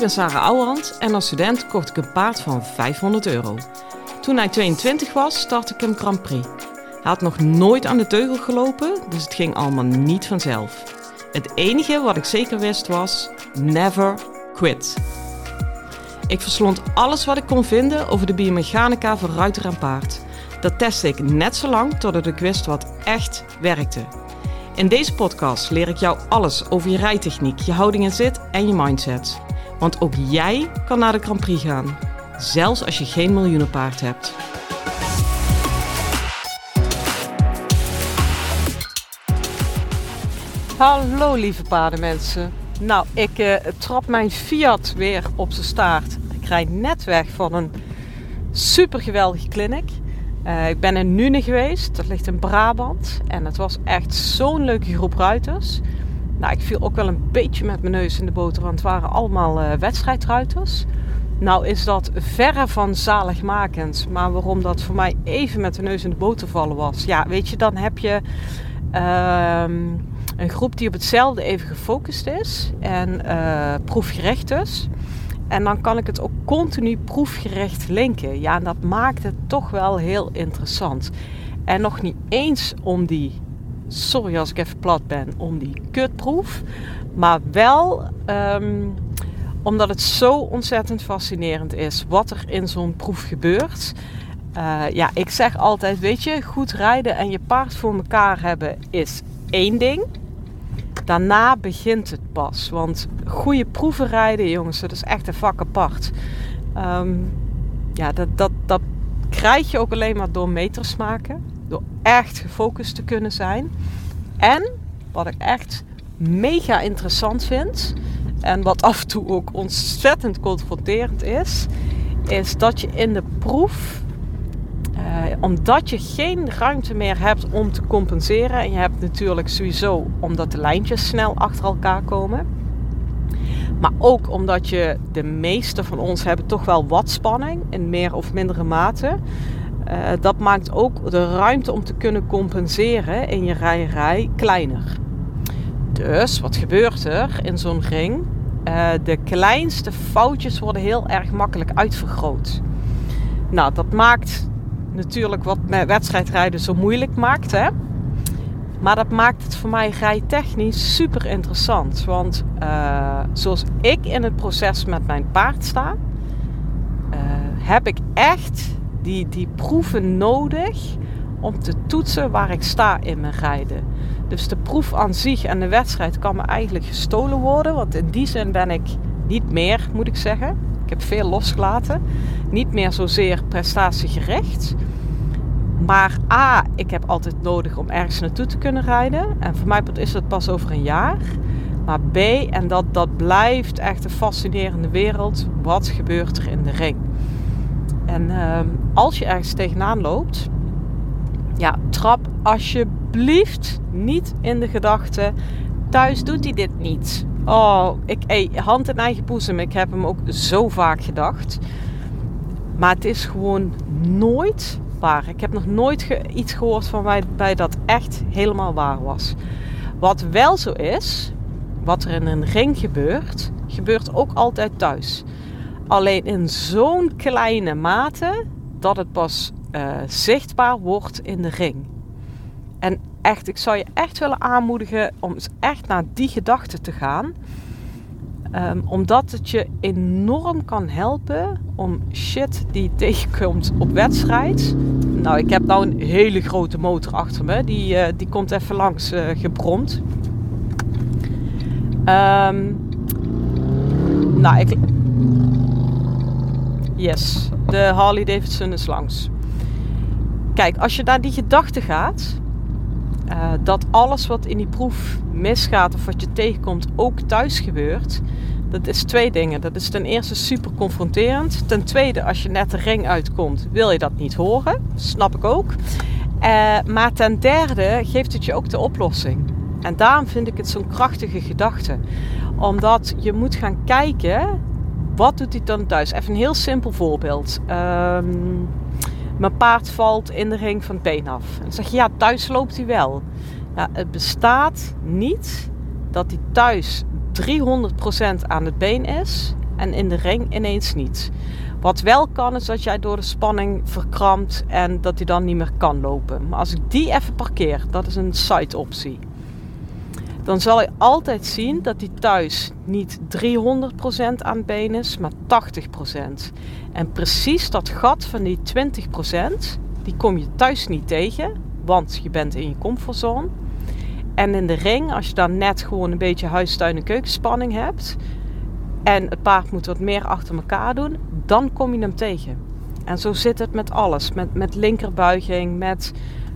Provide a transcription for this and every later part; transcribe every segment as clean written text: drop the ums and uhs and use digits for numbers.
ben Sarah Ouwehand en als student kocht ik een paard van €500. Toen hij 22 was, startte ik hem Grand Prix. Hij had nog nooit aan de teugel gelopen, dus het ging allemaal niet vanzelf. Het enige wat ik zeker wist was, never quit. Ik verslond alles wat ik kon vinden over de biomechanica van ruiter en paard. Dat testte ik net zo lang totdat ik wist wat echt werkte. In deze podcast leer ik jou alles over je rijtechniek, je houding en zit en je mindset. Want ook jij kan naar de Grand Prix gaan, zelfs als je geen miljoenenpaard hebt. Hallo lieve paardenmensen. Nou, ik trap mijn Fiat weer op zijn staart. Ik rijd net weg van een super geweldige clinic. Ik ben in Nune geweest, dat ligt in Brabant. En het was echt zo'n leuke groep ruiters. Nou, ik viel ook wel een beetje met mijn neus in de boter, want het waren allemaal wedstrijdruiters. Nou is dat verre van zaligmakend. Maar waarom dat voor mij even met de neus in de boter vallen was. Ja, weet je, dan heb je een groep die op hetzelfde even gefocust is. En proefgericht dus. En dan kan ik het ook continu proefgericht linken. Ja, en dat maakt het toch wel heel interessant. En nog niet eens om die, sorry als ik even plat ben, om die kutproef. Maar wel omdat het zo ontzettend fascinerend is wat er in zo'n proef gebeurt. Ja, ik zeg altijd, weet je, goed rijden en je paard voor elkaar hebben is één ding. Daarna begint het pas. Want goede proeven rijden, jongens, dat is echt een vak apart. Ja, dat krijg je ook alleen maar door meters maken. Door echt gefocust te kunnen zijn. En, wat ik echt mega interessant vind, en wat af en toe ook ontzettend confronterend is dat je in de proef, omdat je geen ruimte meer hebt om te compenseren. En je hebt natuurlijk sowieso omdat de lijntjes snel achter elkaar komen. Maar ook omdat de meeste van ons hebben toch wel wat spanning in meer of mindere mate. Dat maakt ook de ruimte om te kunnen compenseren in je rijerij kleiner. Dus wat gebeurt er in zo'n ring? De kleinste foutjes worden heel erg makkelijk uitvergroot. Nou, dat maakt natuurlijk wat met wedstrijdrijden zo moeilijk maakt, hè. Maar dat maakt het voor mij rijtechnisch super interessant. Want zoals ik in het proces met mijn paard sta, heb ik echt die proeven nodig om te toetsen waar ik sta in mijn rijden. Dus de proef aan zich en de wedstrijd kan me eigenlijk gestolen worden. Want in die zin ben ik niet meer, moet ik zeggen. Ik heb veel losgelaten. Niet meer zozeer prestatiegericht. Maar A, ik heb altijd nodig om ergens naartoe te kunnen rijden. En voor mij is dat pas over een jaar. Maar B, en dat blijft echt een fascinerende wereld. Wat gebeurt er in de ring? En als je ergens tegenaan loopt, ja, trap alsjeblieft niet in de gedachte, thuis doet hij dit niet. Oh, hand in eigen boezem. Ik heb hem ook zo vaak gedacht. Maar het is gewoon nooit waar. Ik heb nog nooit iets gehoord van bij dat echt helemaal waar was. Wat wel zo is, wat er in een ring gebeurt ook altijd thuis. Alleen in zo'n kleine mate dat het pas zichtbaar wordt in de ring. En echt, ik zou je echt willen aanmoedigen om eens echt naar die gedachte te gaan. Omdat het je enorm kan helpen om shit die je tegenkomt op wedstrijd. Nou, ik heb nou een hele grote motor achter me. Die komt even langs gebromd. Yes, de Harley Davidson is langs. Kijk, als je naar die gedachte gaat, dat alles wat in die proef misgaat of wat je tegenkomt ook thuis gebeurt, dat is twee dingen. Dat is ten eerste super confronterend. Ten tweede, als je net de ring uitkomt, wil je dat niet horen. Snap ik ook. Maar ten derde geeft het je ook de oplossing. En daarom vind ik het zo'n krachtige gedachte. Omdat je moet gaan kijken, wat doet hij dan thuis? Even een heel simpel voorbeeld. Mijn paard valt in de ring van het been af. En dan zeg je, ja, thuis loopt hij wel. Ja, het bestaat niet dat hij thuis 300% aan het been is en in de ring ineens niet. Wat wel kan is dat jij door de spanning verkrampt en dat hij dan niet meer kan lopen. Maar als ik die even parkeer, dat is een side optie. Dan zal je altijd zien dat hij thuis niet 300% aan het been is, maar 80%. En precies dat gat van die 20%, die kom je thuis niet tegen, want je bent in je comfortzone. En in de ring, als je dan net gewoon een beetje huistuin- en keukenspanning hebt en het paard moet wat meer achter elkaar doen, dan kom je hem tegen. En zo zit het met alles. Met linkerbuiging, met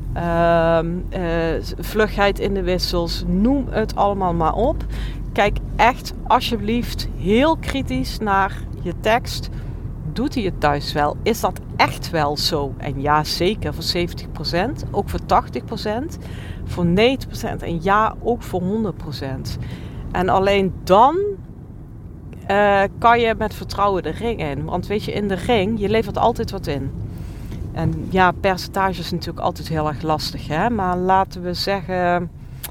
vlugheid in de wissels, noem het allemaal maar op. Kijk echt alsjeblieft heel kritisch naar je tekst. Doet hij het thuis wel? Is dat echt wel zo? En ja, zeker voor 70%, ook voor 80%, voor 90% en ja, ook voor 100%. En alleen dan kan je met vertrouwen de ring in. Want weet je, in de ring, je levert altijd wat in. En ja, percentage is natuurlijk altijd heel erg lastig, hè? Maar laten we zeggen,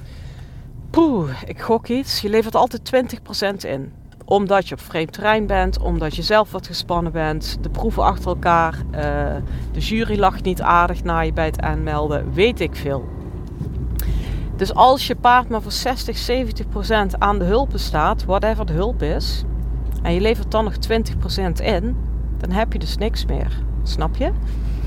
ik gok iets, je levert altijd 20% in. Omdat je op vreemd terrein bent, omdat je zelf wat gespannen bent, de proeven achter elkaar, de jury lacht niet aardig naar je bij het aanmelden, weet ik veel. Dus als je paard maar voor 60-70% aan de hulpen staat, whatever de hulp is, en je levert dan nog 20% in, dan heb je dus niks meer. Snap je?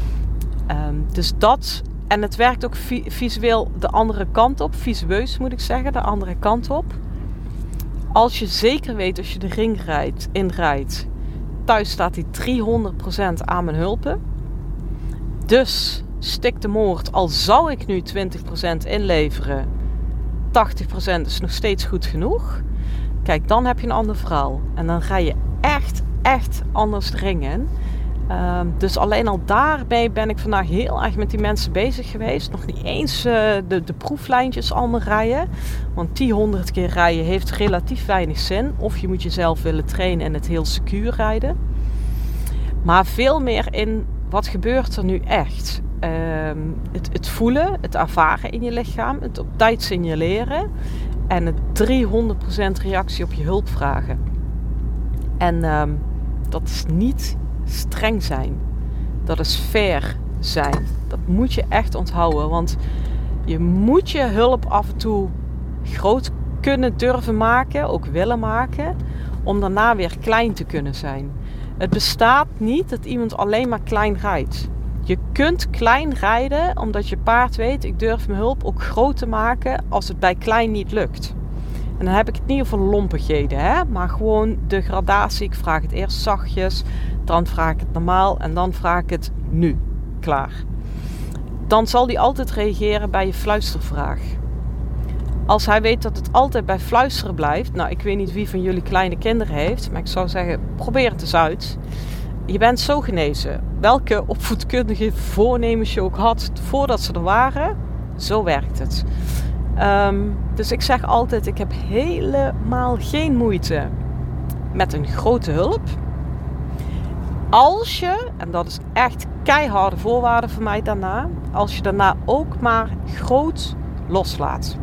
Dus dat, en het werkt ook visueel de andere kant op, visueus moet ik zeggen, de andere kant op. Als je zeker weet, als je de ring inrijdt, thuis staat hij 300% aan mijn hulpen. Dus stik de moord, al zou ik nu 20% inleveren, 80% is nog steeds goed genoeg. Kijk, dan heb je een ander verhaal. En dan ga je echt anders de ring in. Dus alleen al daarbij ben ik vandaag heel erg met die mensen bezig geweest. Nog niet eens de proeflijntjes allemaal rijden. Want die 100 keer rijden heeft relatief weinig zin. Of je moet jezelf willen trainen en het heel secuur rijden. Maar veel meer in wat gebeurt er nu echt. Het voelen, het ervaren in je lichaam. Het op tijd signaleren. En het 300% reactie op je hulp vragen. En dat is niet streng zijn. Dat is fair zijn. Dat moet je echt onthouden. Want je moet je hulp af en toe groot kunnen durven maken. Ook willen maken. Om daarna weer klein te kunnen zijn. Het bestaat niet dat iemand alleen maar klein rijdt. Je kunt klein rijden omdat je paard weet, ik durf mijn hulp ook groot te maken als het bij klein niet lukt. En dan heb ik het niet over lompigheden, hè? Maar gewoon de gradatie. Ik vraag het eerst zachtjes, dan vraag ik het normaal en dan vraag ik het nu. Klaar. Dan zal hij altijd reageren bij je fluistervraag. Als hij weet dat het altijd bij fluisteren blijft. Nou, ik weet niet wie van jullie kleine kinderen heeft, maar ik zou zeggen, probeer het eens uit. Je bent zo genezen. Welke opvoedkundige voornemens je ook had voordat ze er waren, zo werkt het. Dus ik zeg altijd, ik heb helemaal geen moeite met een grote hulp. Als je, en dat is echt keiharde voorwaarde voor mij daarna, als je daarna ook maar groot loslaat.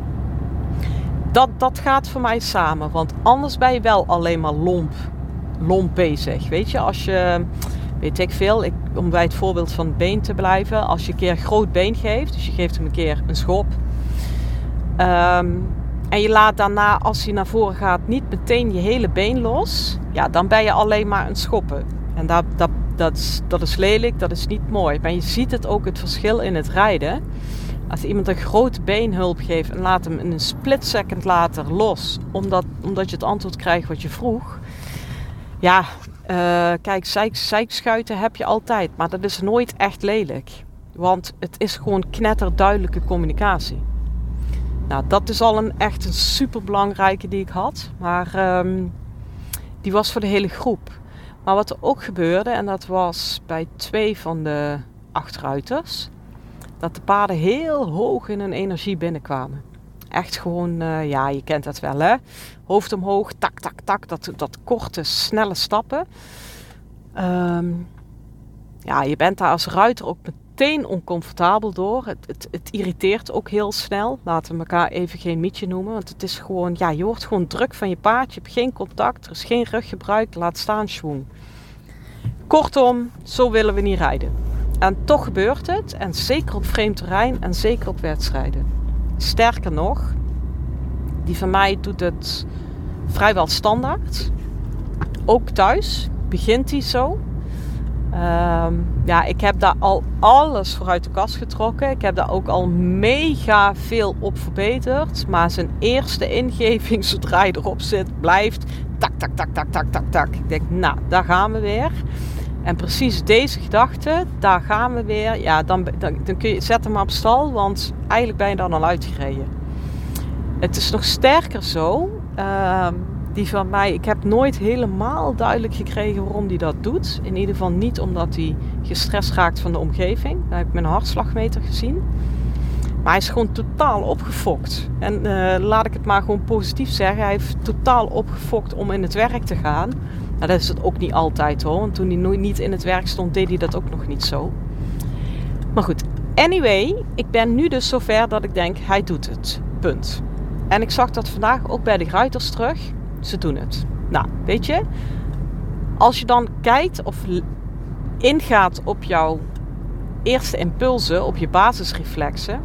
Dat gaat voor mij samen, want anders ben je wel alleen maar lomp bezig. Weet je, als je, weet ik veel, om bij het voorbeeld van het been te blijven, als je een keer een groot been geeft, dus je geeft hem een keer een schop. En je laat daarna, als hij naar voren gaat, niet meteen je hele been los. Ja, dan ben je alleen maar een schoppen. En dat is lelijk, dat is niet mooi. Maar je ziet het ook, het verschil in het rijden. Als iemand een grote beenhulp geeft en laat hem in een split second later los. Omdat je het antwoord krijgt wat je vroeg. Ja, kijk, zeikschuiten heb je altijd. Maar dat is nooit echt lelijk. Want het is gewoon knetterduidelijke communicatie. Nou, dat is al echt een superbelangrijke die ik had. Maar die was voor de hele groep. Maar wat er ook gebeurde, en dat was bij 2 van de achteruiters, dat de paarden heel hoog in hun energie binnenkwamen. Echt gewoon, ja, je kent dat wel, hè? Hoofd omhoog, tak, tak, tak. Dat korte, snelle stappen. Ja, je bent daar als ruiter ook meteen oncomfortabel door. Het irriteert ook heel snel. Laten we elkaar even geen mietje noemen. Want het is gewoon, ja, je wordt gewoon druk van je paard. Je hebt geen contact, er is geen ruggebruik, laat staan schwung. Kortom, zo willen we niet rijden. En toch gebeurt het. En zeker op vreemd terrein en zeker op wedstrijden. Sterker nog, die van mij doet het vrijwel standaard. Ook thuis begint hij zo. Ik heb daar al alles voor uit de kast getrokken. Ik heb daar ook al mega veel op verbeterd. Maar zijn eerste ingeving, zodra je erop zit, blijft tak, tak, tak, tak, tak, tak, tak. Ik denk, nou, daar gaan we weer. En precies deze gedachte, daar gaan we weer. Ja, dan kun je zet hem op stal, want eigenlijk ben je dan al uitgereden. Het is nog sterker zo. Die van mij, ik heb nooit helemaal duidelijk gekregen waarom hij dat doet. In ieder geval niet omdat hij gestrest raakt van de omgeving. Daar heb ik mijn hartslagmeter gezien. Maar hij is gewoon totaal opgefokt. En laat ik het maar gewoon positief zeggen. Hij heeft totaal opgefokt om in het werk te gaan. Nou, dat is het ook niet altijd hoor. Want toen hij niet in het werk stond, deed hij dat ook nog niet zo. Maar goed, anyway. Ik ben nu dus zover dat ik denk, hij doet het. Punt. En ik zag dat vandaag ook bij de ruiters terug. Ze doen het. Nou, weet je. Als je dan kijkt of ingaat op jouw eerste impulsen, op je basisreflexen.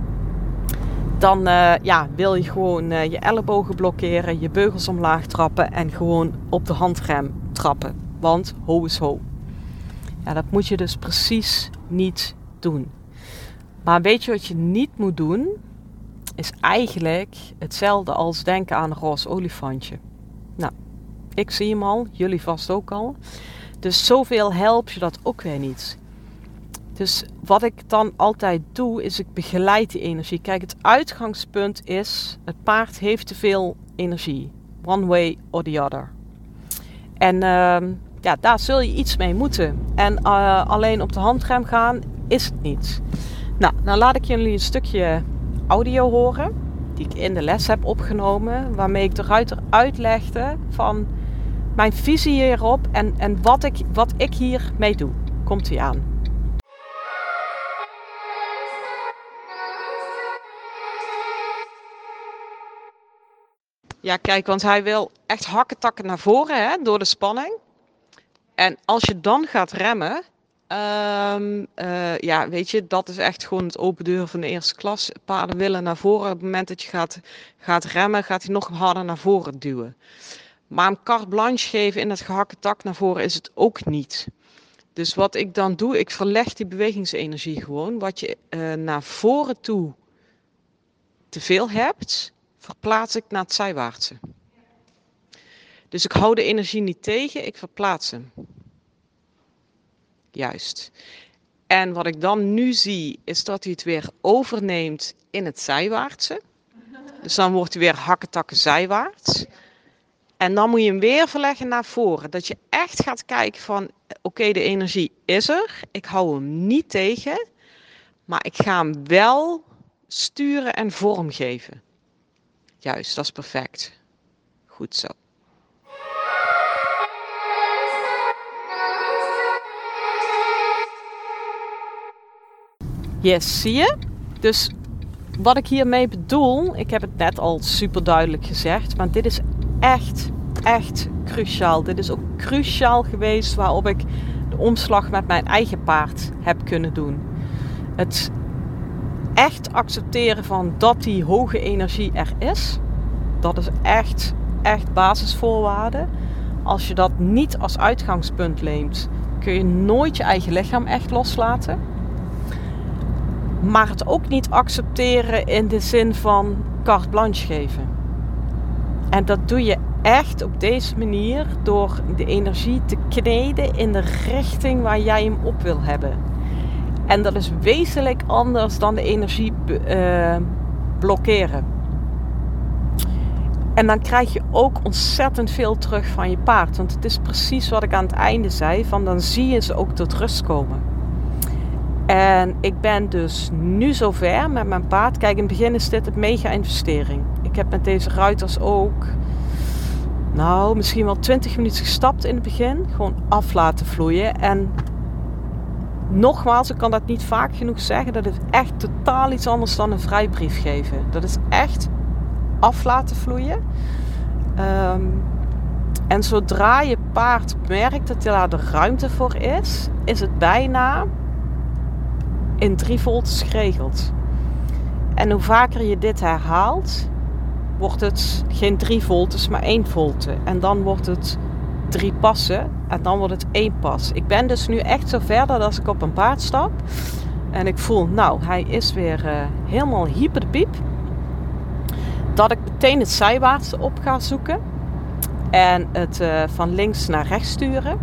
Dan wil je gewoon je ellebogen blokkeren, je beugels omlaag trappen en gewoon op de handrem trappen. Want ho is ho. Ja, dat moet je dus precies niet doen. Maar weet je wat je niet moet doen? Is eigenlijk hetzelfde als denken aan een roze olifantje. Nou, ik zie hem al, jullie vast ook al. Dus zoveel helpt je dat ook weer niet. Dus wat ik dan altijd doe, is ik begeleid die energie. Kijk, het uitgangspunt is, het paard heeft te veel energie. One way or the other. En daar zul je iets mee moeten. En alleen op de handrem gaan is het niet. Nou, dan laat ik jullie een stukje audio horen, die ik in de les heb opgenomen, waarmee ik de ruiter uitlegde van mijn visie hierop en wat ik hiermee doe. Komt ie aan. Ja, kijk, want hij wil echt hakketakken naar voren, hè, door de spanning. En als je dan gaat remmen, weet je, dat is echt gewoon het open deur van de eerste klas. Paarden willen naar voren. Op het moment dat je gaat remmen, gaat hij nog harder naar voren duwen. Maar een carte blanche geven in het gehakke tak naar voren is het ook niet. Dus wat ik dan doe, ik verleg die bewegingsenergie gewoon. Wat je naar voren toe te veel hebt, verplaats ik naar het zijwaartse. Dus ik hou de energie niet tegen, ik verplaats hem. Juist. En wat ik dan nu zie, is dat hij het weer overneemt in het zijwaartse. Dus dan wordt hij weer hakketakken zijwaarts. En dan moet je hem weer verleggen naar voren. Dat je echt gaat kijken van, oké, de energie is er. Ik hou hem niet tegen. Maar ik ga hem wel sturen en vormgeven. Juist, dat is perfect. Goed zo. Yes, zie je? Dus wat ik hiermee bedoel, ik heb het net al super duidelijk gezegd, maar dit is echt cruciaal. Dit is ook cruciaal geweest waarop ik de omslag met mijn eigen paard heb kunnen doen. Het echt accepteren van dat die hoge energie er is, dat is echt basisvoorwaarde. Als je dat niet als uitgangspunt neemt, kun je nooit je eigen lichaam echt loslaten. Maar het ook niet accepteren in de zin van carte blanche geven. En dat doe je echt op deze manier door de energie te kneden in de richting waar jij hem op wil hebben. En dat is wezenlijk anders dan de energie blokkeren. En dan krijg je ook ontzettend veel terug van je paard. Want het is precies wat ik aan het einde zei, van dan zie je ze ook tot rust komen. En ik ben dus nu zover met mijn paard. Kijk, in het begin is dit een mega investering. Ik heb met deze ruiters ook, misschien wel 20 minuten gestapt in het begin. Gewoon af laten vloeien. En nogmaals, ik kan dat niet vaak genoeg zeggen. Dat is echt totaal iets anders dan een vrijbrief geven. Dat is echt af laten vloeien. En zodra je paard merkt dat daar de ruimte voor is het bijna in 3 voltes geregeld. En hoe vaker je dit herhaalt, wordt het geen 3 voltes, maar 1 volte. En dan wordt het 3 passen en dan wordt het 1 pas. Ik ben dus nu echt zo ver dat als ik op een paard stap en ik voel, nou, hij is weer helemaal hyper de piep, dat ik meteen het zijwaartse op ga zoeken en het van links naar rechts sturen.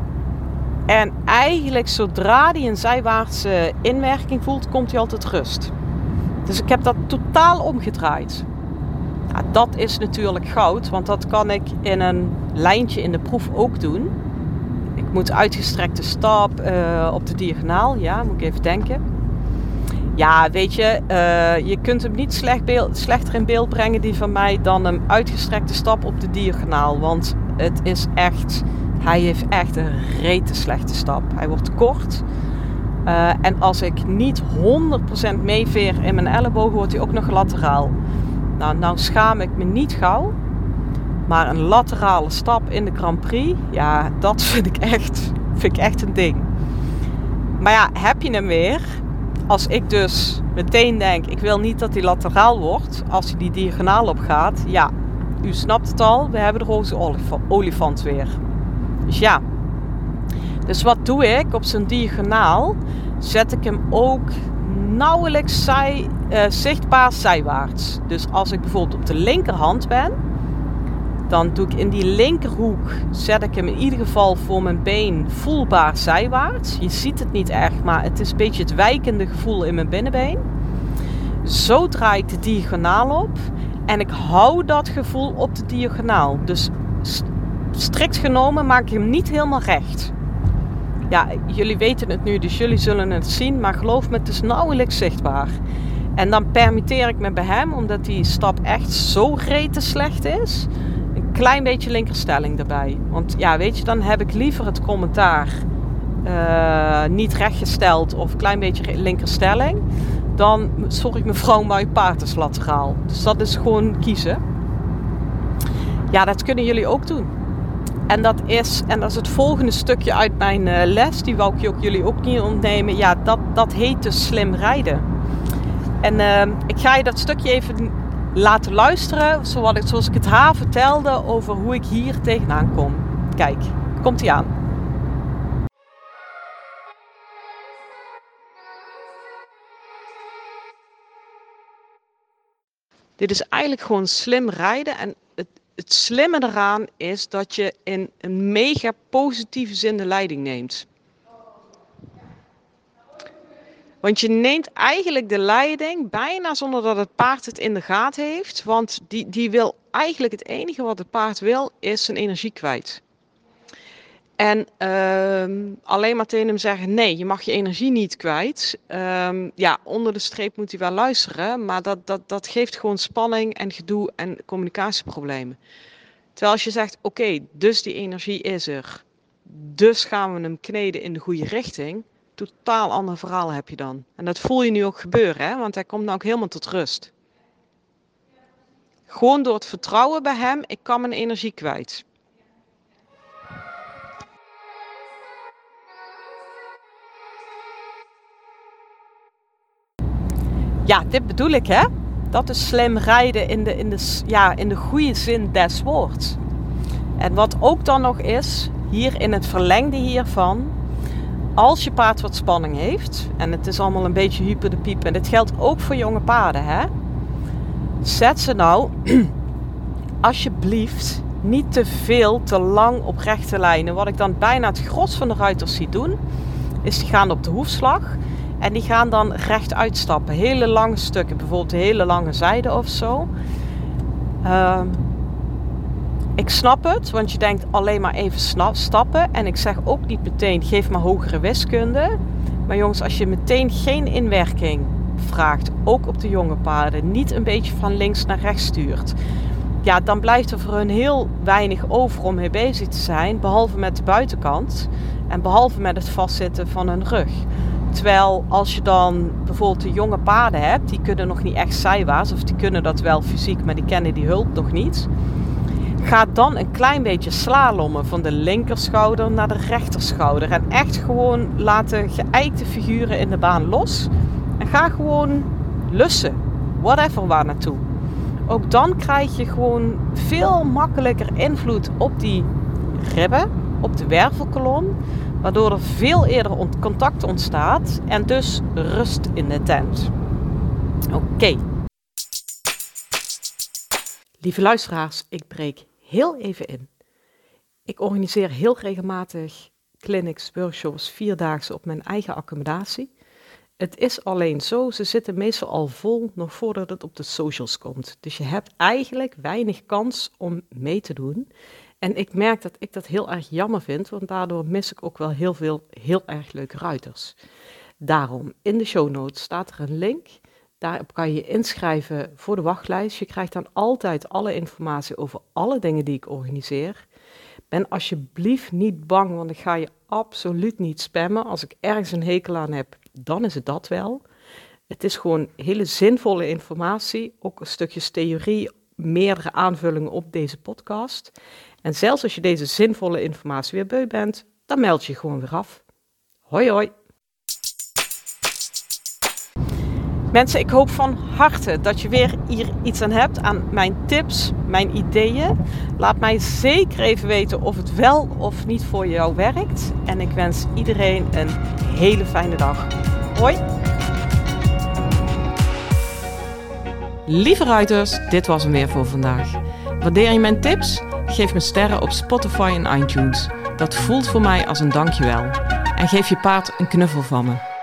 En eigenlijk zodra hij een zijwaartse inwerking voelt, komt hij altijd rust. Dus ik heb dat totaal omgedraaid. Ja, dat is natuurlijk goud, want dat kan ik in een lijntje in de proef ook doen. Ik moet uitgestrekte stap op de diagonaal, ja, moet ik even denken. Ja, weet je, je kunt hem niet slechter in beeld brengen die van mij dan een uitgestrekte stap op de diagonaal. Want het is echt, hij heeft echt een rete slechte stap. Hij wordt kort. En als ik niet 100% meeveer in mijn elleboog, wordt hij ook nog lateraal. Nou schaam ik me niet gauw. Maar een laterale stap in de Grand Prix, ja, dat vind ik echt een ding. Maar ja, heb je hem weer? Als ik dus meteen denk, ik wil niet dat hij lateraal wordt, als hij die diagonaal op gaat, ja, u snapt het al, we hebben de roze olifant weer. Dus ja. Dus wat doe ik? Op zijn diagonaal zet ik hem ook nauwelijks zichtbaar zijwaarts. Dus als ik bijvoorbeeld op de linkerhand ben, dan doe ik in die linkerhoek, zet ik hem in ieder geval voor mijn been voelbaar zijwaarts. Je ziet het niet echt, maar het is een beetje het wijkende gevoel in mijn binnenbeen. Zo draai ik de diagonaal op en ik hou dat gevoel op de diagonaal. Dus strikt genomen maak ik hem niet helemaal recht. Ja, jullie weten het nu, dus jullie zullen het zien, maar geloof me, het is nauwelijks zichtbaar. En dan permitteer ik me bij hem, omdat die stap echt zo rete slecht is, een klein beetje linkerstelling erbij. Want ja, weet je, dan heb ik liever het commentaar niet rechtgesteld of een klein beetje linkerstelling, dan sorry mevrouw, maar je paard is lateraal. Dus dat is gewoon kiezen. Ja, dat kunnen jullie ook doen. En dat is het volgende stukje uit mijn les, die wou ik jullie ook niet ontnemen. Ja, dat heet dus slim rijden. En ik ga je dat stukje even laten luisteren, zoals ik het haar vertelde over hoe ik hier tegenaan kom. Kijk, komt ie aan. Dit is eigenlijk gewoon slim rijden en het slimme eraan is dat je in een mega positieve zin de leiding neemt. Want je neemt eigenlijk de leiding bijna zonder dat het paard het in de gaten heeft. Want die wil eigenlijk het enige wat het paard wil is zijn energie kwijt. En alleen maar tegen hem zeggen, nee, je mag je energie niet kwijt. Ja, onder de streep moet hij wel luisteren, maar dat geeft gewoon spanning en gedoe en communicatieproblemen. Terwijl als je zegt, oké, dus die energie is er, dus gaan we hem kneden in de goede richting, totaal ander verhaal heb je dan. En dat voel je nu ook gebeuren, hè? Want hij komt nou ook helemaal tot rust. Gewoon door het vertrouwen bij hem, ik kan mijn energie kwijt. Ja, dit bedoel ik, hè. Dat is slim rijden in de goede zin des woords. En wat ook dan nog is, hier in het verlengde hiervan, als je paard wat spanning heeft, en het is allemaal een beetje hyper de piep, en dit geldt ook voor jonge paarden, hè. Zet ze nou, alsjeblieft, niet te lang op rechte lijnen. Wat ik dan bijna het gros van de ruiters zie doen, is die gaan op de hoefslag. En die gaan dan recht uitstappen. Hele lange stukken. Bijvoorbeeld de hele lange zijde of zo. Ik snap het. Want je denkt alleen maar even stappen. En ik zeg ook niet meteen geef maar hogere wiskunde. Maar jongens, als je meteen geen inwerking vraagt. Ook op de jonge paarden. Niet een beetje van links naar rechts stuurt. ja, dan blijft er voor hun heel weinig over om mee bezig te zijn, behalve met de buitenkant en behalve met het vastzitten van hun rug. Terwijl als je dan bijvoorbeeld de jonge paarden hebt, die kunnen nog niet echt zijwaarts, of die kunnen dat wel fysiek, maar die kennen die hulp nog niet. Ga dan een klein beetje slalommen van de linkerschouder naar de rechterschouder. En echt gewoon laten geëikte figuren in de baan los. En ga gewoon lussen, whatever waar naartoe. Ook dan krijg je gewoon veel makkelijker invloed op die ribben, op de wervelkolom. Waardoor er veel eerder contact ontstaat en dus rust in de tent. Oké. Lieve luisteraars, ik breek heel even in. Ik organiseer heel regelmatig clinics, workshops, 4-daagse op mijn eigen accommodatie. Het is alleen zo, ze zitten meestal al vol nog voordat het op de socials komt. Dus je hebt eigenlijk weinig kans om mee te doen. En ik merk dat ik dat heel erg jammer vind, want daardoor mis ik ook wel heel veel heel erg leuke ruiters. Daarom, in de show notes staat er een link. Daarop kan je je inschrijven voor de wachtlijst. Je krijgt dan altijd alle informatie over alle dingen die ik organiseer. Ben alsjeblieft niet bang, want ik ga je absoluut niet spammen. Als ik ergens een hekel aan heb, dan is het dat wel. Het is gewoon hele zinvolle informatie, ook een stukje theorie, meerdere aanvullingen op deze podcast. En zelfs als je deze zinvolle informatie weer beu bent, dan meld je gewoon weer af. Hoi hoi! Mensen, ik hoop van harte dat je weer hier iets aan hebt aan mijn tips, mijn ideeën. Laat mij zeker even weten of het wel of niet voor jou werkt. En ik wens iedereen een hele fijne dag. Hoi! Lieve ruiters, dit was hem weer voor vandaag. Waardeer je mijn tips? Geef me sterren op Spotify en iTunes. Dat voelt voor mij als een dankjewel. En geef je paard een knuffel van me.